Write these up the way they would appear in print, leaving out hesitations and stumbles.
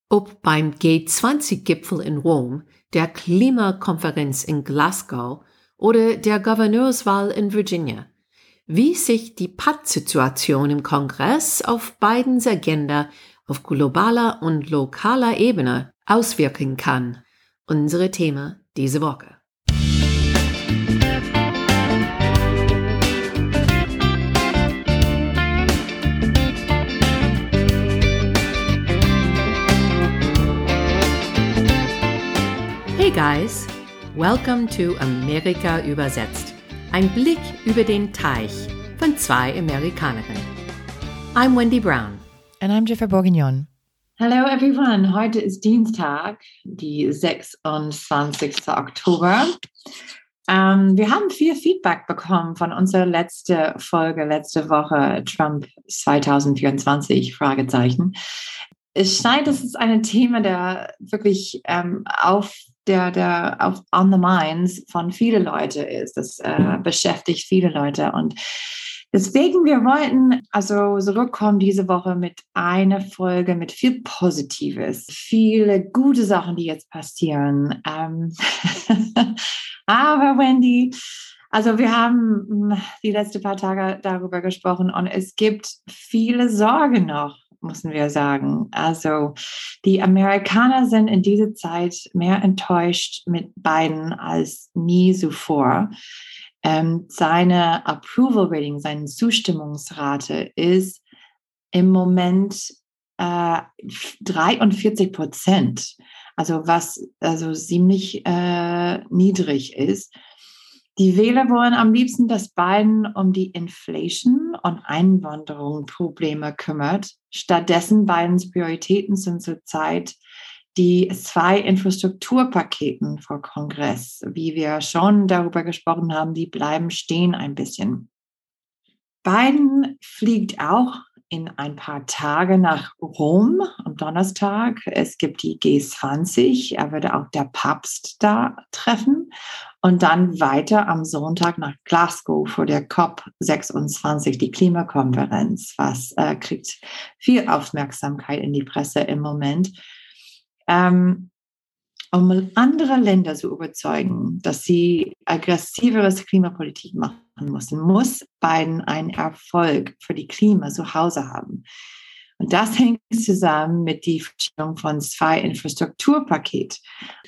Ob beim G20-Gipfel in Rom, der Klimakonferenz in Glasgow oder der Gouverneurswahl in Virginia. Wie sich die Pattsituation im Kongress auf Bidens Agenda auf globaler und lokaler Ebene auswirken kann. Unsere Thema diese Woche. Hey guys, welcome to Amerika übersetzt. Ein Blick über den Teich von zwei Amerikanerinnen. I'm Wendy Brown. And I'm Jennifer Bourguignon. Hello everyone. Heute ist Dienstag, die 26. Oktober. Wir haben viel Feedback bekommen von unserer letzten Folge, letzte Woche, Trump 2024, Fragezeichen. Es scheint, dass es ein Thema, der wirklich auf on the minds von vielen Leute ist. Das beschäftigt viele Leute. Und deswegen, wir wollten also zurückkommen diese Woche mit einer Folge mit viel Positives, viele gute Sachen, die jetzt passieren. Aber Wendy, also wir haben die letzten paar Tage darüber gesprochen und es gibt viele Sorgen noch, müssen wir sagen. Also die Amerikaner sind in dieser Zeit mehr enttäuscht mit Biden als nie zuvor. Seine Approval Rating, seine Zustimmungsrate ist im Moment 43%, also was also ziemlich niedrig ist. Die Wähler wollen am liebsten, dass Biden um die Inflation und Einwanderung Probleme kümmert. Stattdessen Bidens Prioritäten sind zurzeit die 2 Infrastrukturpaketen vor Kongress. Wie wir schon darüber gesprochen haben, die bleiben stehen ein bisschen. Biden fliegt auch in ein paar Tage nach Rom am Donnerstag. Es gibt die G20. Er würde auch der Papst da treffen. Und dann weiter am Sonntag nach Glasgow vor der COP26, die Klimakonferenz. Was kriegt viel Aufmerksamkeit in die Presse im Moment. Um andere Länder zu überzeugen, dass sie aggressiveres Klimapolitik machen müssen, muss Biden einen Erfolg für die Klima zu Hause haben. Und das hängt zusammen mit der Verstellung von 2 Infrastrukturpaketen.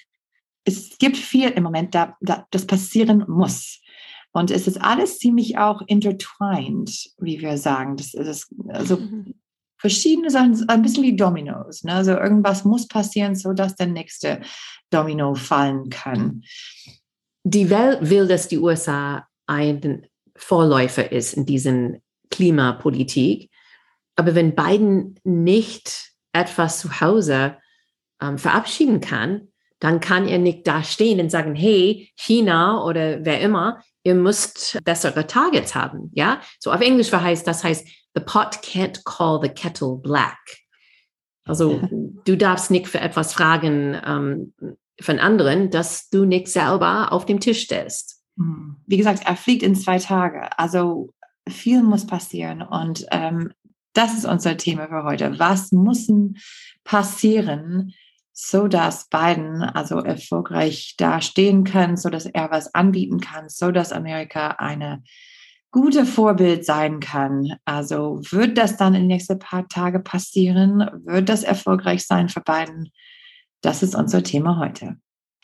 Es gibt viel im Moment, das passieren muss. Und es ist alles ziemlich auch intertwined, wie wir sagen. Das ist also verschiedene Sachen, ein bisschen wie Dominos. Ne? Also irgendwas muss passieren, sodass der nächste Domino fallen kann. Die Welt will, dass die USA ein Vorläufer ist in diesen Klimapolitik. Aber wenn Biden nicht etwas zu Hause verabschieden kann, dann kann er nicht da stehen und sagen, hey, China oder wer immer, ihr müsst bessere Targets haben. Ja, so auf Englisch das heißt, the pot can't call the kettle black. Also du darfst nicht für etwas fragen von anderen, dass du nicht selber auf dem Tisch stehst. Wie gesagt, er fliegt in 2 Tage. Also viel muss passieren. Und das ist unser Thema für heute. Was muss passieren, so dass Biden also erfolgreich dastehen kann, so dass er was anbieten kann, so dass Amerika eine gute Vorbild sein kann. Also wird das dann in den nächsten paar Tagen passieren? Wird das erfolgreich sein für Biden? Das ist unser Thema heute.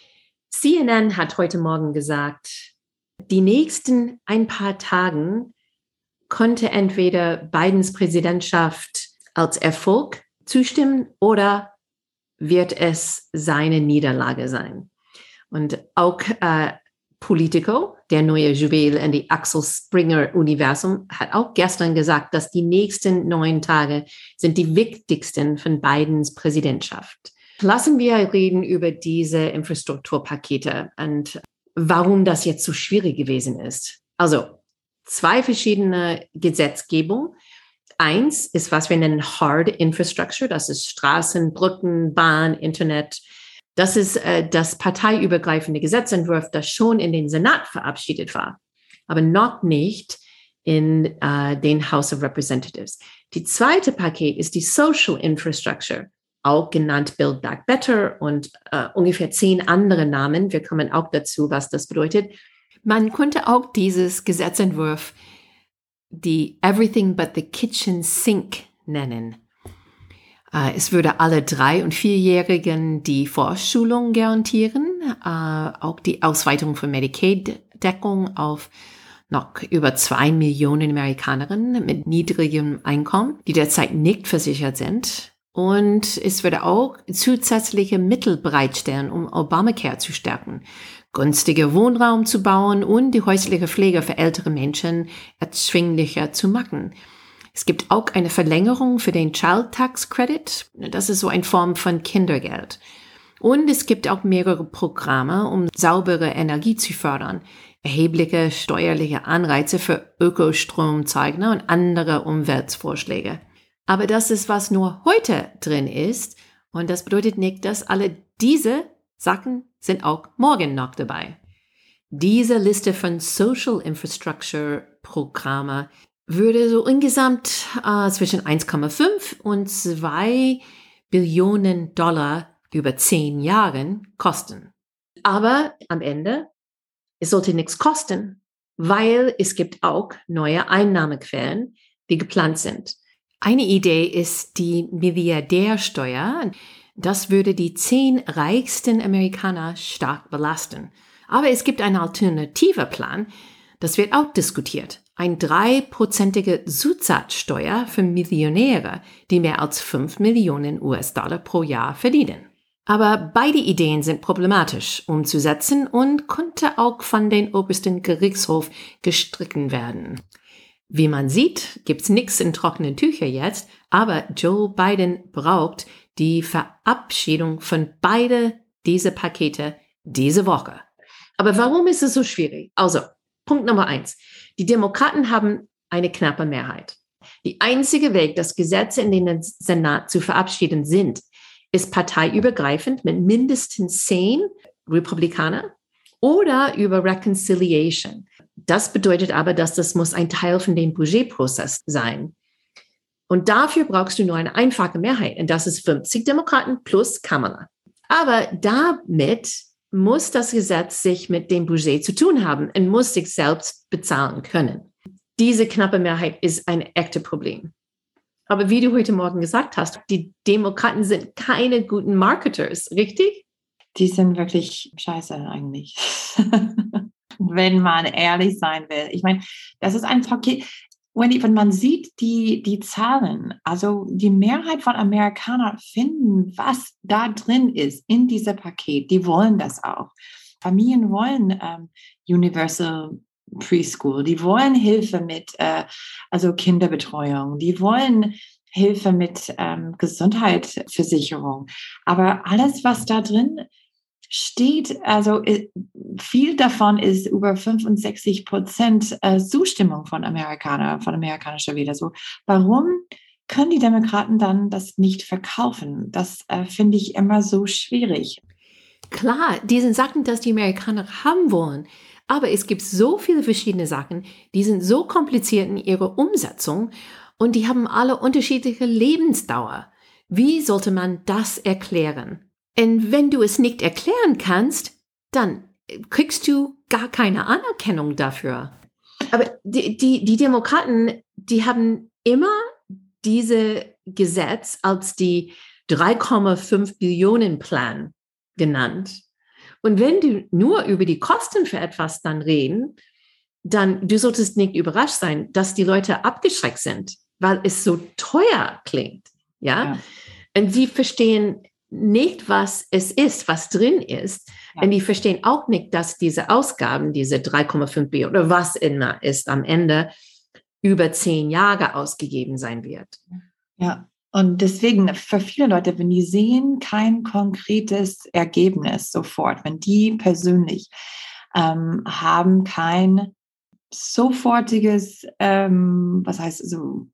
CNN hat heute Morgen gesagt, die nächsten ein paar Tagen konnte entweder Bidens Präsidentschaft als Erfolg zustimmen oder wird es seine Niederlage sein. Und auch Politico, der neue Juwel in die Axel Springer Universum, hat auch gestern gesagt, dass die nächsten 9 Tage sind die wichtigsten von Bidens Präsidentschaft. Lassen wir reden über diese Infrastrukturpakete und warum das jetzt so schwierig gewesen ist. Also 2 verschiedene Gesetzgebungen. 1 ist, was wir nennen Hard Infrastructure. Das ist Straßen, Brücken, Bahn, Internet. Das ist das parteiübergreifende Gesetzentwurf, das schon in den Senat verabschiedet war, aber noch nicht in den House of Representatives. Die zweite Paket ist die Social Infrastructure. auch genannt Build Back Better und ungefähr 10 andere Namen. Wir kommen auch dazu, was das bedeutet. Man könnte auch dieses Gesetzentwurf die Everything but the Kitchen Sink nennen. Es würde alle 3- und 4-Jährigen die Vorschulung garantieren, auch die Ausweitung von Medicaid-Deckung auf noch über 2 Millionen Amerikanerinnen mit niedrigem Einkommen, die derzeit nicht versichert sind. Und es würde auch zusätzliche Mittel bereitstellen, um Obamacare zu stärken, günstiger Wohnraum zu bauen und die häusliche Pflege für ältere Menschen erschwinglicher zu machen. Es gibt auch eine Verlängerung für den Child Tax Credit. Das ist so eine Form von Kindergeld. Und es gibt auch mehrere Programme, um saubere Energie zu fördern. Erhebliche steuerliche Anreize für Ökostromzeichner und andere Umweltvorschläge. Aber das ist, was nur heute drin ist. Und das bedeutet nicht, dass alle diese Sachen sind auch morgen noch dabei. Diese Liste von Social Infrastructure Programme würde so insgesamt zwischen 1,5 und 2 Billionen Dollar über 10 Jahren kosten. Aber am Ende, es sollte nichts kosten, weil es gibt auch neue Einnahmequellen, die geplant sind. Eine Idee ist die Milliardärsteuer. Das würde die 10 reichsten Amerikaner stark belasten. Aber es gibt einen alternativen Plan, das wird auch diskutiert. Eine 3-prozentige Zusatzsteuer für Millionäre, die mehr als 5 Millionen US-Dollar pro Jahr verdienen. Aber beide Ideen sind problematisch umzusetzen und konnte auch von den obersten Gerichtshof gestritten werden. Wie man sieht, gibt's nichts in trockenen Tüchern jetzt, aber Joe Biden braucht die Verabschiedung von beide diese Pakete diese Woche. Aber warum ist es so schwierig? Also, Punkt Nummer 1. Die Demokraten haben eine knappe Mehrheit. Die einzige Weg, das Gesetze in den Senat zu verabschieden sind, ist parteiübergreifend mit mindestens 10 Republikanern oder über Reconciliation. Das bedeutet aber, dass das muss ein Teil von dem Budgetprozess sein. Und dafür brauchst du nur eine einfache Mehrheit. Und das ist 50 Demokraten plus Kamala. Aber damit muss das Gesetz sich mit dem Budget zu tun haben und muss sich selbst bezahlen können. Diese knappe Mehrheit ist ein echtes Problem. Aber wie du heute Morgen gesagt hast, die Demokraten sind keine guten Marketers, richtig? Die sind wirklich scheiße eigentlich, wenn man ehrlich sein will. Ich meine, das ist ein Paket, wenn man sieht die Zahlen, also die Mehrheit von Amerikanern finden, was da drin ist in diesem Paket, die wollen das auch. Familien wollen Universal Preschool, die wollen Hilfe mit also Kinderbetreuung, die wollen Hilfe mit Gesundheitsversicherung. Aber alles, was da drin steht, also viel davon ist über 65% Zustimmung von amerikanischer Wähler. So, warum können die Demokraten dann das nicht verkaufen? Das finde ich immer so schwierig. Klar, die sind Sachen, dass die Amerikaner haben wollen. Aber es gibt so viele verschiedene Sachen, die sind so kompliziert in ihrer Umsetzung und die haben alle unterschiedliche Lebensdauer. Wie sollte man das erklären? Und wenn du es nicht erklären kannst, dann kriegst du gar keine Anerkennung dafür. Aber die Demokraten, die haben immer diese Gesetz als die 3,5 Billionen Plan genannt. Und wenn du nur über die Kosten für etwas dann reden, dann du solltest nicht überrascht sein, dass die Leute abgeschreckt sind, weil es so teuer klingt. Ja? Und sie verstehen nicht, was es ist, was drin ist. Ja. Und die verstehen auch nicht, dass diese Ausgaben, diese 3,5 Billionen oder was immer ist am Ende, über 10 Jahre ausgegeben sein wird. Ja. Und deswegen für viele Leute, wenn die sehen kein konkretes Ergebnis sofort, wenn die persönlich haben kein sofortiges, was heißt so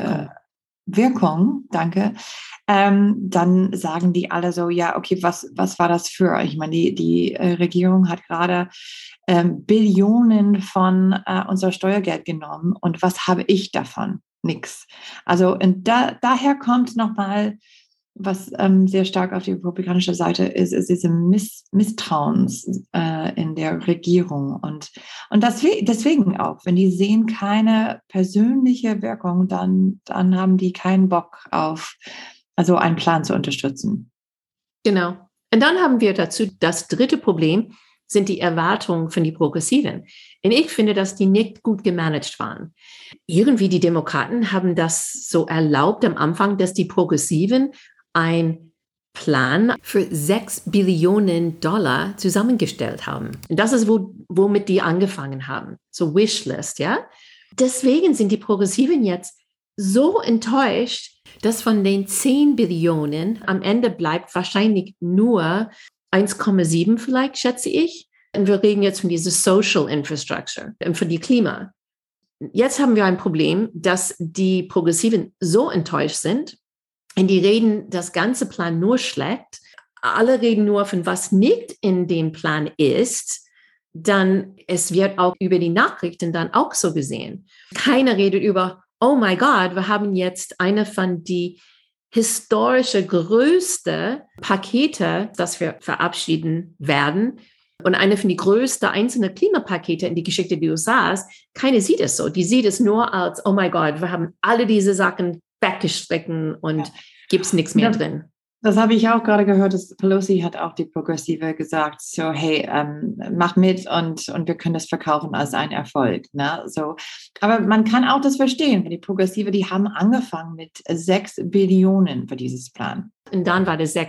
Wirkung, danke, dann sagen die alle so, ja, okay, was war das für? Ich meine, die Regierung hat gerade Billionen von unser Steuergeld genommen und was habe ich davon? Nix. Also und daher kommt nochmal was sehr stark auf die republikanische Seite ist diese Misstrauens in der Regierung. Und deswegen auch, wenn die sehen keine persönliche Wirkung, dann haben die keinen Bock auf, also einen Plan zu unterstützen. Genau. Und dann haben wir dazu das dritte Problem, sind die Erwartungen von den Progressiven. Und ich finde, dass die nicht gut gemanagt waren. Irgendwie die Demokraten haben das so erlaubt am Anfang, dass die Progressiven ein Plan für $6 Billionen zusammengestellt haben. Und das ist, womit die angefangen haben. So Wishlist, ja. Deswegen sind die Progressiven jetzt so enttäuscht, dass von den 10 Billionen am Ende bleibt wahrscheinlich nur 1,7 vielleicht, schätze ich. Und wir reden jetzt von dieser Social Infrastructure und für die Klima. Jetzt haben wir ein Problem, dass die Progressiven so enttäuscht sind und die reden das ganze Plan nur schlecht. Alle reden nur von was nicht in dem Plan ist. Dann es wird auch über die Nachrichten dann auch so gesehen. Keiner redet über, oh my God, wir haben jetzt eine von die historische größte Pakete, das wir verabschieden werden. Und eine von die größten einzelnen Klimapakete in die Geschichte der USA ist, keine sieht es so. Die sieht es nur als, oh my God, wir haben alle diese Sachen weggestrichen und gibt es nichts mehr drin. Das habe ich auch gerade gehört, dass Pelosi hat auch die Progressive gesagt, so hey, mach mit und wir können das verkaufen als ein Erfolg. Ne? So, aber man kann auch das verstehen, die Progressive, die haben angefangen mit 6 Billionen für dieses Plan. Und dann war das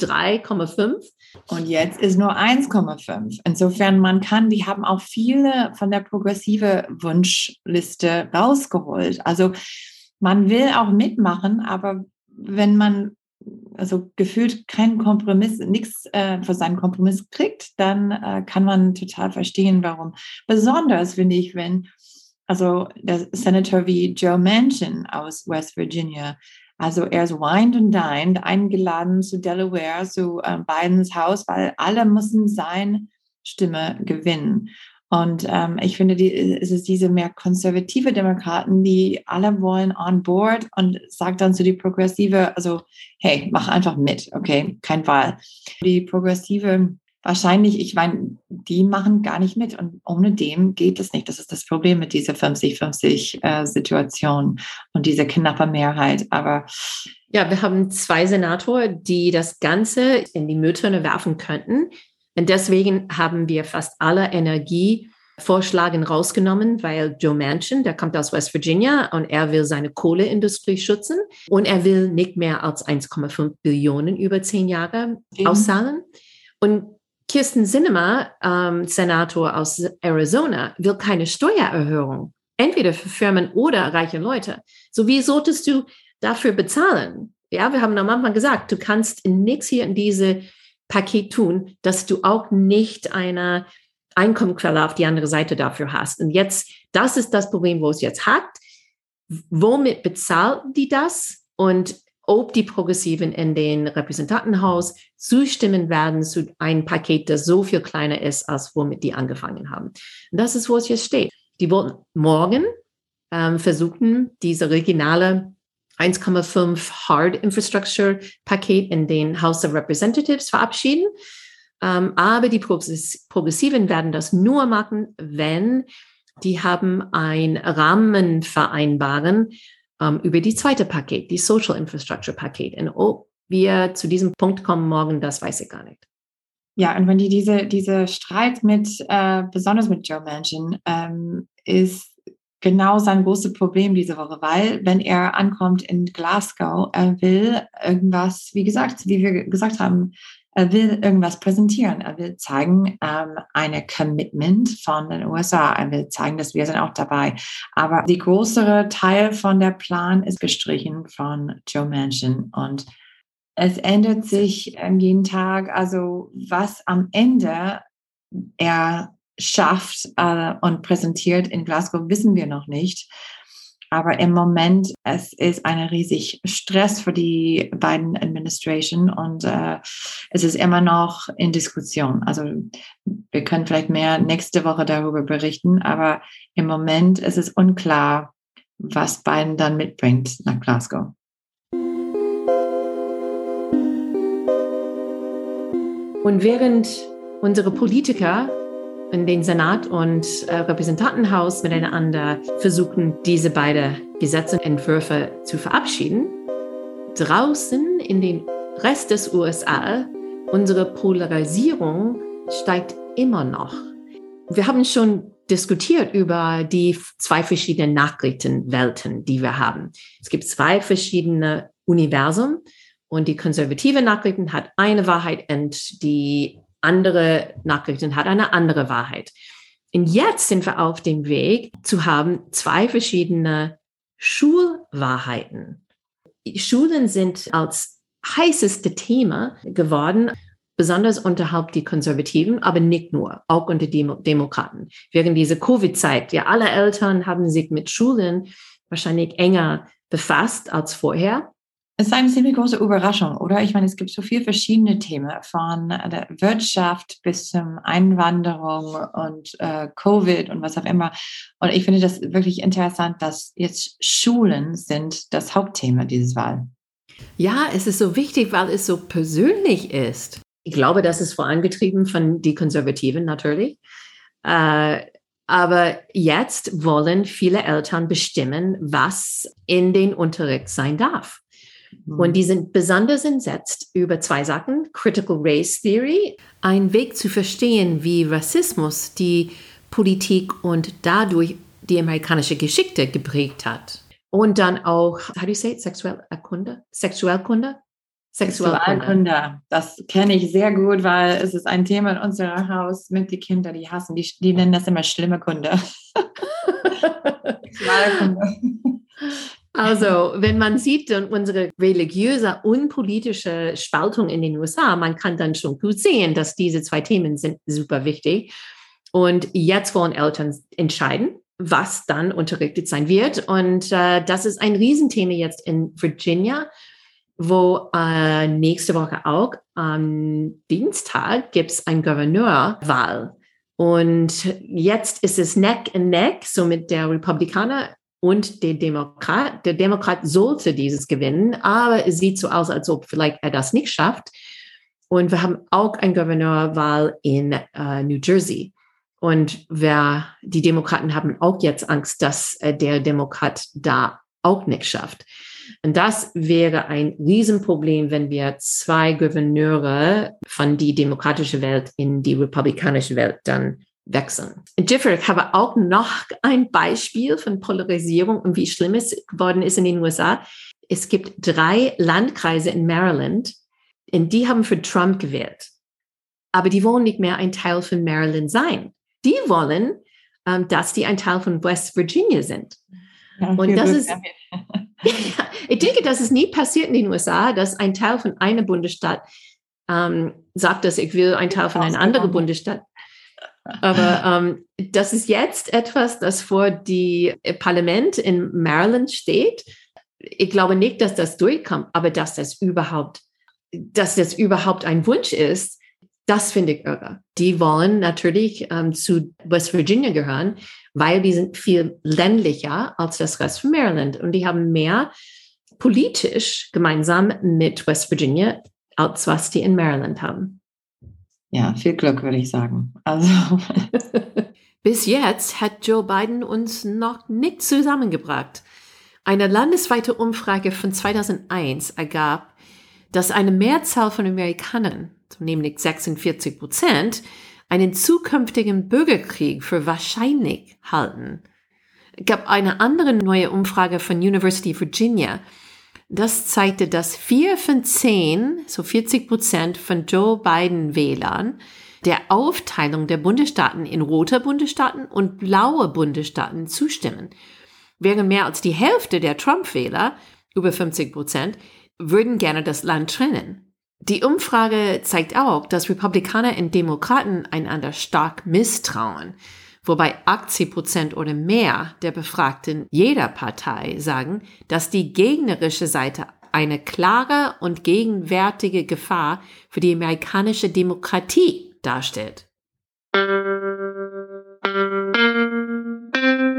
3,5. Und jetzt ist nur 1,5. Insofern die haben auch viele von der progressive Wunschliste rausgeholt. Also man will auch mitmachen, aber wenn man also gefühlt keinen Kompromiss, nichts für seinen Kompromiss kriegt, dann kann man total verstehen, warum. Besonders finde ich, wenn also der Senator wie Joe Manchin aus West Virginia, also er ist wined and dined, eingeladen zu Delaware, zu Bidens Haus, weil alle müssen seine Stimme gewinnen. Und ich finde, es ist diese mehr konservative Demokraten, die alle wollen on board und sagt dann zu die Progressive, also hey, mach einfach mit, okay, kein Wahl. Die Progressive wahrscheinlich, ich meine, die machen gar nicht mit und ohne dem geht es nicht. Das ist das Problem mit dieser 50-50-Situation und dieser knappe Mehrheit. Aber ja, wir haben 2 Senatoren, die das Ganze in die Mülltonne werfen könnten. Und deswegen haben wir fast alle Energievorschläge rausgenommen, weil Joe Manchin, der kommt aus West Virginia und er will seine Kohleindustrie schützen und er will nicht mehr als 1,5 Billionen über 10 Jahre auszahlen. Und Kyrsten Sinema, Senator aus Arizona, will keine Steuererhöhung, entweder für Firmen oder reiche Leute. So wie solltest du dafür bezahlen? Ja, wir haben am Anfang gesagt, du kannst nichts hier in diese Paket tun, dass du auch nicht eine Einkommensquelle auf die andere Seite dafür hast. Und jetzt, das ist das Problem, wo es jetzt hat. Womit bezahlen die das? Und ob die Progressiven in den Repräsentantenhaus zustimmen werden zu einem Paket, das so viel kleiner ist, als womit die angefangen haben. Und das ist, wo es jetzt steht. Die wollen morgen versuchen, diese regionale 1,5 Hard Infrastructure Paket in den House of Representatives verabschieden. Aber die Progressiven werden das nur machen, wenn die haben ein Rahmen vereinbaren über die zweite Paket, die Social Infrastructure Paket. Und ob wir zu diesem Punkt kommen morgen, das weiß ich gar nicht. Ja, und wenn die diese Streit besonders mit Joe Manchin, ist genau sein großes Problem diese Woche, weil wenn er ankommt in Glasgow, er will irgendwas, wie wir gesagt haben, er will irgendwas präsentieren. Er will zeigen, eine Commitment von den USA. Er will zeigen, dass wir sind auch dabei. Aber die größere Teil von der Plan ist gestrichen von Joe Manchin. Und es ändert sich jeden Tag. Also was am Ende er schafft und präsentiert in Glasgow, wissen wir noch nicht. Aber im Moment, es ist ein riesig Stress für die beiden Administration und es ist immer noch in Diskussion. Also wir können vielleicht mehr nächste Woche darüber berichten, aber im Moment ist es unklar, was Biden dann mitbringt nach Glasgow. Und während unsere Politiker in den Senat und Repräsentantenhaus miteinander versuchen, diese beiden Gesetzentwürfe zu verabschieden, draußen in den Rest des USA, unsere Polarisierung steigt immer noch. Wir haben schon diskutiert über die zwei verschiedenen Nachrichtenwelten, die wir haben. Es gibt zwei verschiedene Universen und die konservative Nachrichten hat eine Wahrheit und die andere Nachrichten hat eine andere Wahrheit. Und jetzt sind wir auf dem Weg zu haben zwei verschiedene Schulwahrheiten. Schulen sind als heißeste Thema geworden, besonders unterhalb die Konservativen, aber nicht nur, auch unter die Demokraten. Während dieser Covid-Zeit, ja, alle Eltern haben sich mit Schulen wahrscheinlich enger befasst als vorher. Es ist eine ziemlich große Überraschung, oder? Ich meine, es gibt so viele verschiedene Themen, von der Wirtschaft bis zum Einwanderung und Covid und was auch immer. Und ich finde das wirklich interessant, dass jetzt Schulen sind das Hauptthema dieses Wahl. Ja, es ist so wichtig, weil es so persönlich ist. Ich glaube, das ist vorangetrieben von den Konservativen natürlich. Aber jetzt wollen viele Eltern bestimmen, was in den Unterricht sein darf. Und die sind besonders entsetzt über zwei Sachen. Critical Race Theory, ein Weg zu verstehen, wie Rassismus die Politik und dadurch die amerikanische Geschichte geprägt hat. Und dann auch, how do you say it? Sexualkunde? Sexualkunde. Das kenne ich sehr gut, weil es ist ein Thema in unserem Haus mit den Kindern, die hassen, die nennen das immer schlimme Kunde. Sexualkunde. Also, wenn man sieht unsere religiöse und politische Spaltung in den USA, man kann dann schon gut sehen, dass diese zwei Themen sind super wichtig. Und jetzt wollen Eltern entscheiden, was dann unterrichtet sein wird. Und das ist ein Riesenthema jetzt in Virginia, wo nächste Woche auch am Dienstag gibt es eine Gouverneurwahl. Und jetzt ist es Neck and Neck, so mit der Republikaner und der Demokrat. Der Demokrat sollte dieses gewinnen, aber es sieht so aus, als ob vielleicht er das nicht schafft. Und wir haben auch eine Gouverneurwahl in New Jersey. Und die Demokraten haben auch jetzt Angst, dass der Demokrat da auch nicht schafft. Und das wäre ein Riesenproblem, wenn wir zwei Gouverneure von die demokratische Welt in die republikanische Welt dann wechseln. Jiffer, ich habe auch noch ein Beispiel von Polarisierung und wie schlimm es geworden ist in den USA. Es gibt 3 Landkreise in Maryland, und die haben für Trump gewählt. Aber die wollen nicht mehr ein Teil von Maryland sein. Die wollen, dass die ein Teil von West Virginia sind. Ja, und das ist, ich denke, das ist nie passiert in den USA, dass ein Teil von einer Bundesstaat sagt, dass ich will ein Teil von einer anderen Bundesstaat. Aber das ist jetzt etwas, das vor die Parlament in Maryland steht. Ich glaube nicht, dass das durchkommt, aber dass das überhaupt ein Wunsch ist, das finde ich irre. Die wollen natürlich zu West Virginia gehören, weil die sind viel ländlicher als das Rest von Maryland. Und die haben mehr politisch gemeinsam mit West Virginia, als was die in Maryland haben. Ja, viel Glück, würde ich sagen. Also. Bis jetzt hat Joe Biden uns noch nicht zusammengebracht. Eine landesweite Umfrage von 2001 ergab, dass eine Mehrzahl von Amerikanern, nämlich 46%, einen zukünftigen Bürgerkrieg für wahrscheinlich halten. Es gab eine andere neue Umfrage von University of Virginia. Das zeigte, dass 4 von 10, so 40% von Joe Biden-Wählern, der Aufteilung der Bundesstaaten in rote Bundesstaaten und blaue Bundesstaaten zustimmen. Während mehr als die Hälfte der Trump-Wähler, über 50%, würden gerne das Land trennen. Die Umfrage zeigt auch, dass Republikaner und Demokraten einander stark misstrauen, wobei 80% oder mehr der Befragten jeder Partei sagen, dass die gegnerische Seite eine klare und gegenwärtige Gefahr für die amerikanische Demokratie darstellt.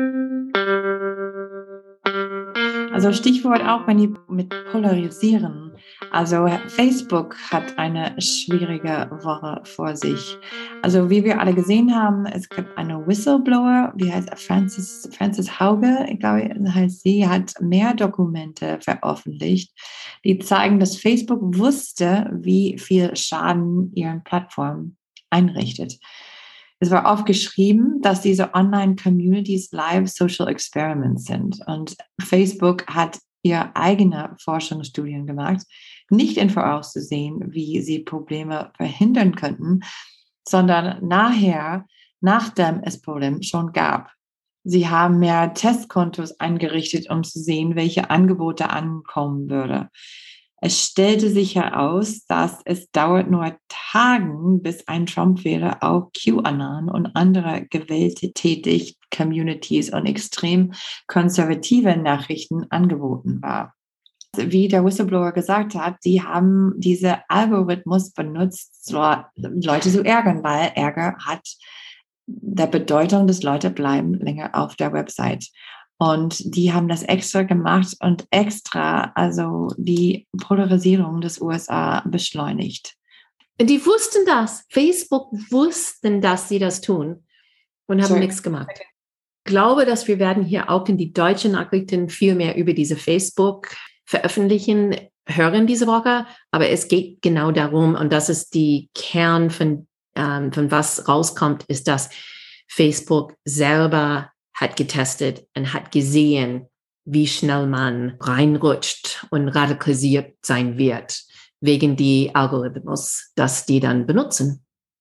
Also Stichwort auch, wenn die mit polarisieren. Also Facebook hat eine schwierige Woche vor sich. Also wie wir alle gesehen haben, es gibt eine Whistleblower, wie heißt Frances Hauge, ich glaube, heißt sie, hat mehr Dokumente veröffentlicht, die zeigen, dass Facebook wusste, wie viel Schaden ihren Plattform einrichtet. Es war oft geschrieben, dass diese Online-Communities live Social Experiments sind. Und Facebook hat ihre eigene Forschungsstudien gemacht, nicht in vorauszusehen, wie sie Probleme verhindern könnten, sondern nachdem es Probleme schon gab. Sie haben mehr Testkontos eingerichtet, um zu sehen, welche Angebote ankommen würde. Es stellte sich heraus, dass es dauert nur Tagen, bis ein Trump-Wähler auf QAnon und andere gewalttätige Communities und extrem konservative Nachrichten angeboten war. Wie der Whistleblower gesagt hat, die haben diesen Algorithmus benutzt, Leute zu ärgern, weil Ärger hat der Bedeutung, dass Leute bleiben länger auf der Website. Und die haben das extra gemacht und also die Polarisierung des USA beschleunigt. Die wussten das. Facebook wussten, dass sie das tun und haben nichts gemacht. Ich glaube, dass wir werden hier auch in die deutschen Nachrichten viel mehr über diese Facebook veröffentlichen, hören diese Woche. Aber es geht genau darum, und das ist die Kern von was rauskommt, ist, dass Facebook selber hat getestet und hat gesehen, wie schnell man reinrutscht und radikalisiert sein wird, wegen die Algorithmus, das die dann benutzen.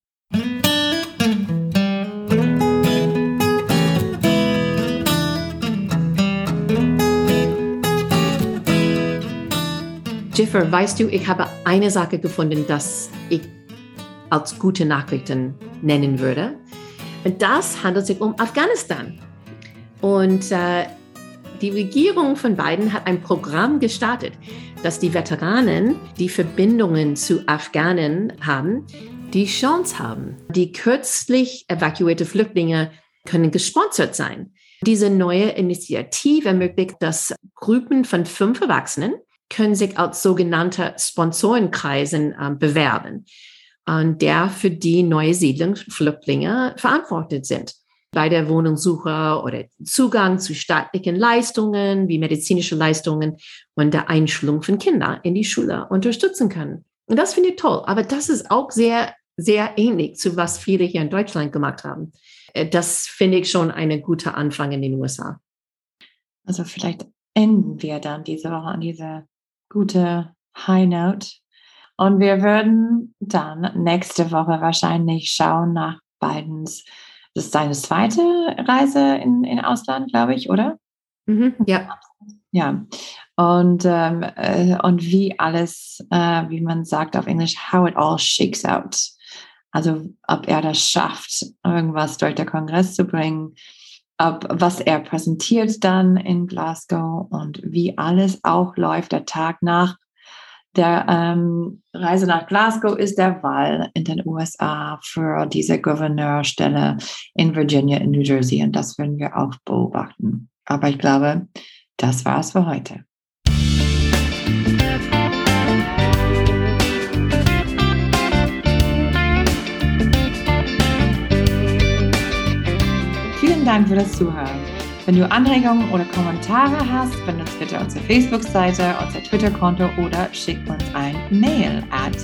Jennifer, weißt du, ich habe eine Sache gefunden, das ich als gute Nachrichten nennen würde. Und das handelt sich um Afghanistan. Und die Regierung von Biden hat ein Programm gestartet, dass die Veteranen, die Verbindungen zu Afghanen haben, die Chance haben. Die kürzlich evakuierte Flüchtlinge können gesponsert sein. Diese neue Initiative ermöglicht, dass Gruppen von 5 Erwachsenen können sich als sogenannte Sponsorenkreisen bewerben, der für die neue Siedlungsflüchtlinge verantwortlich sind. Bei der Wohnungssuche oder Zugang zu staatlichen Leistungen wie medizinische Leistungen und der Einschulung von Kindern in die Schule unterstützen können. Und das finde ich toll. Aber das ist auch sehr, sehr ähnlich zu was viele hier in Deutschland gemacht haben. Das finde ich schon ein guter Anfang in den USA. Also vielleicht enden wir dann diese Woche an diese gute High Note. Und wir würden dann nächste Woche wahrscheinlich schauen nach Bidens. Das ist seine zweite Reise in Ausland, glaube ich, oder? Ja. Ja. Und wie alles, wie man sagt auf Englisch, how it all shakes out. Also ob er das schafft, irgendwas durch den Kongress zu bringen, was er präsentiert dann in Glasgow und wie alles auch läuft. Der Tag nach der Reise nach Glasgow ist der Wahl in den USA für diese Gouverneurstelle in Virginia, in New Jersey. Und das werden wir auch beobachten. Aber ich glaube, das war's für heute. Vielen Dank für das Zuhören. Wenn du Anregungen oder Kommentare hast, benutzt bitte unsere Facebook-Seite, unser Twitter-Konto oder schick uns ein Mail at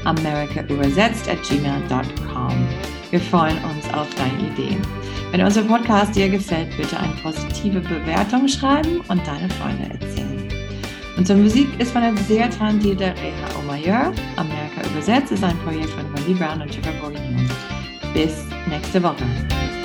americaübersetzt@gmail.com. Wir freuen uns auf deine Ideen. Wenn unser Podcast dir gefällt, bitte eine positive Bewertung schreiben und deine Freunde erzählen. Unsere Musik ist von der sehr talentierten Reha Omayor. America Übersetzt ist ein Projekt von Wendy Brown und Jennifer Bourguignon. Bis nächste Woche.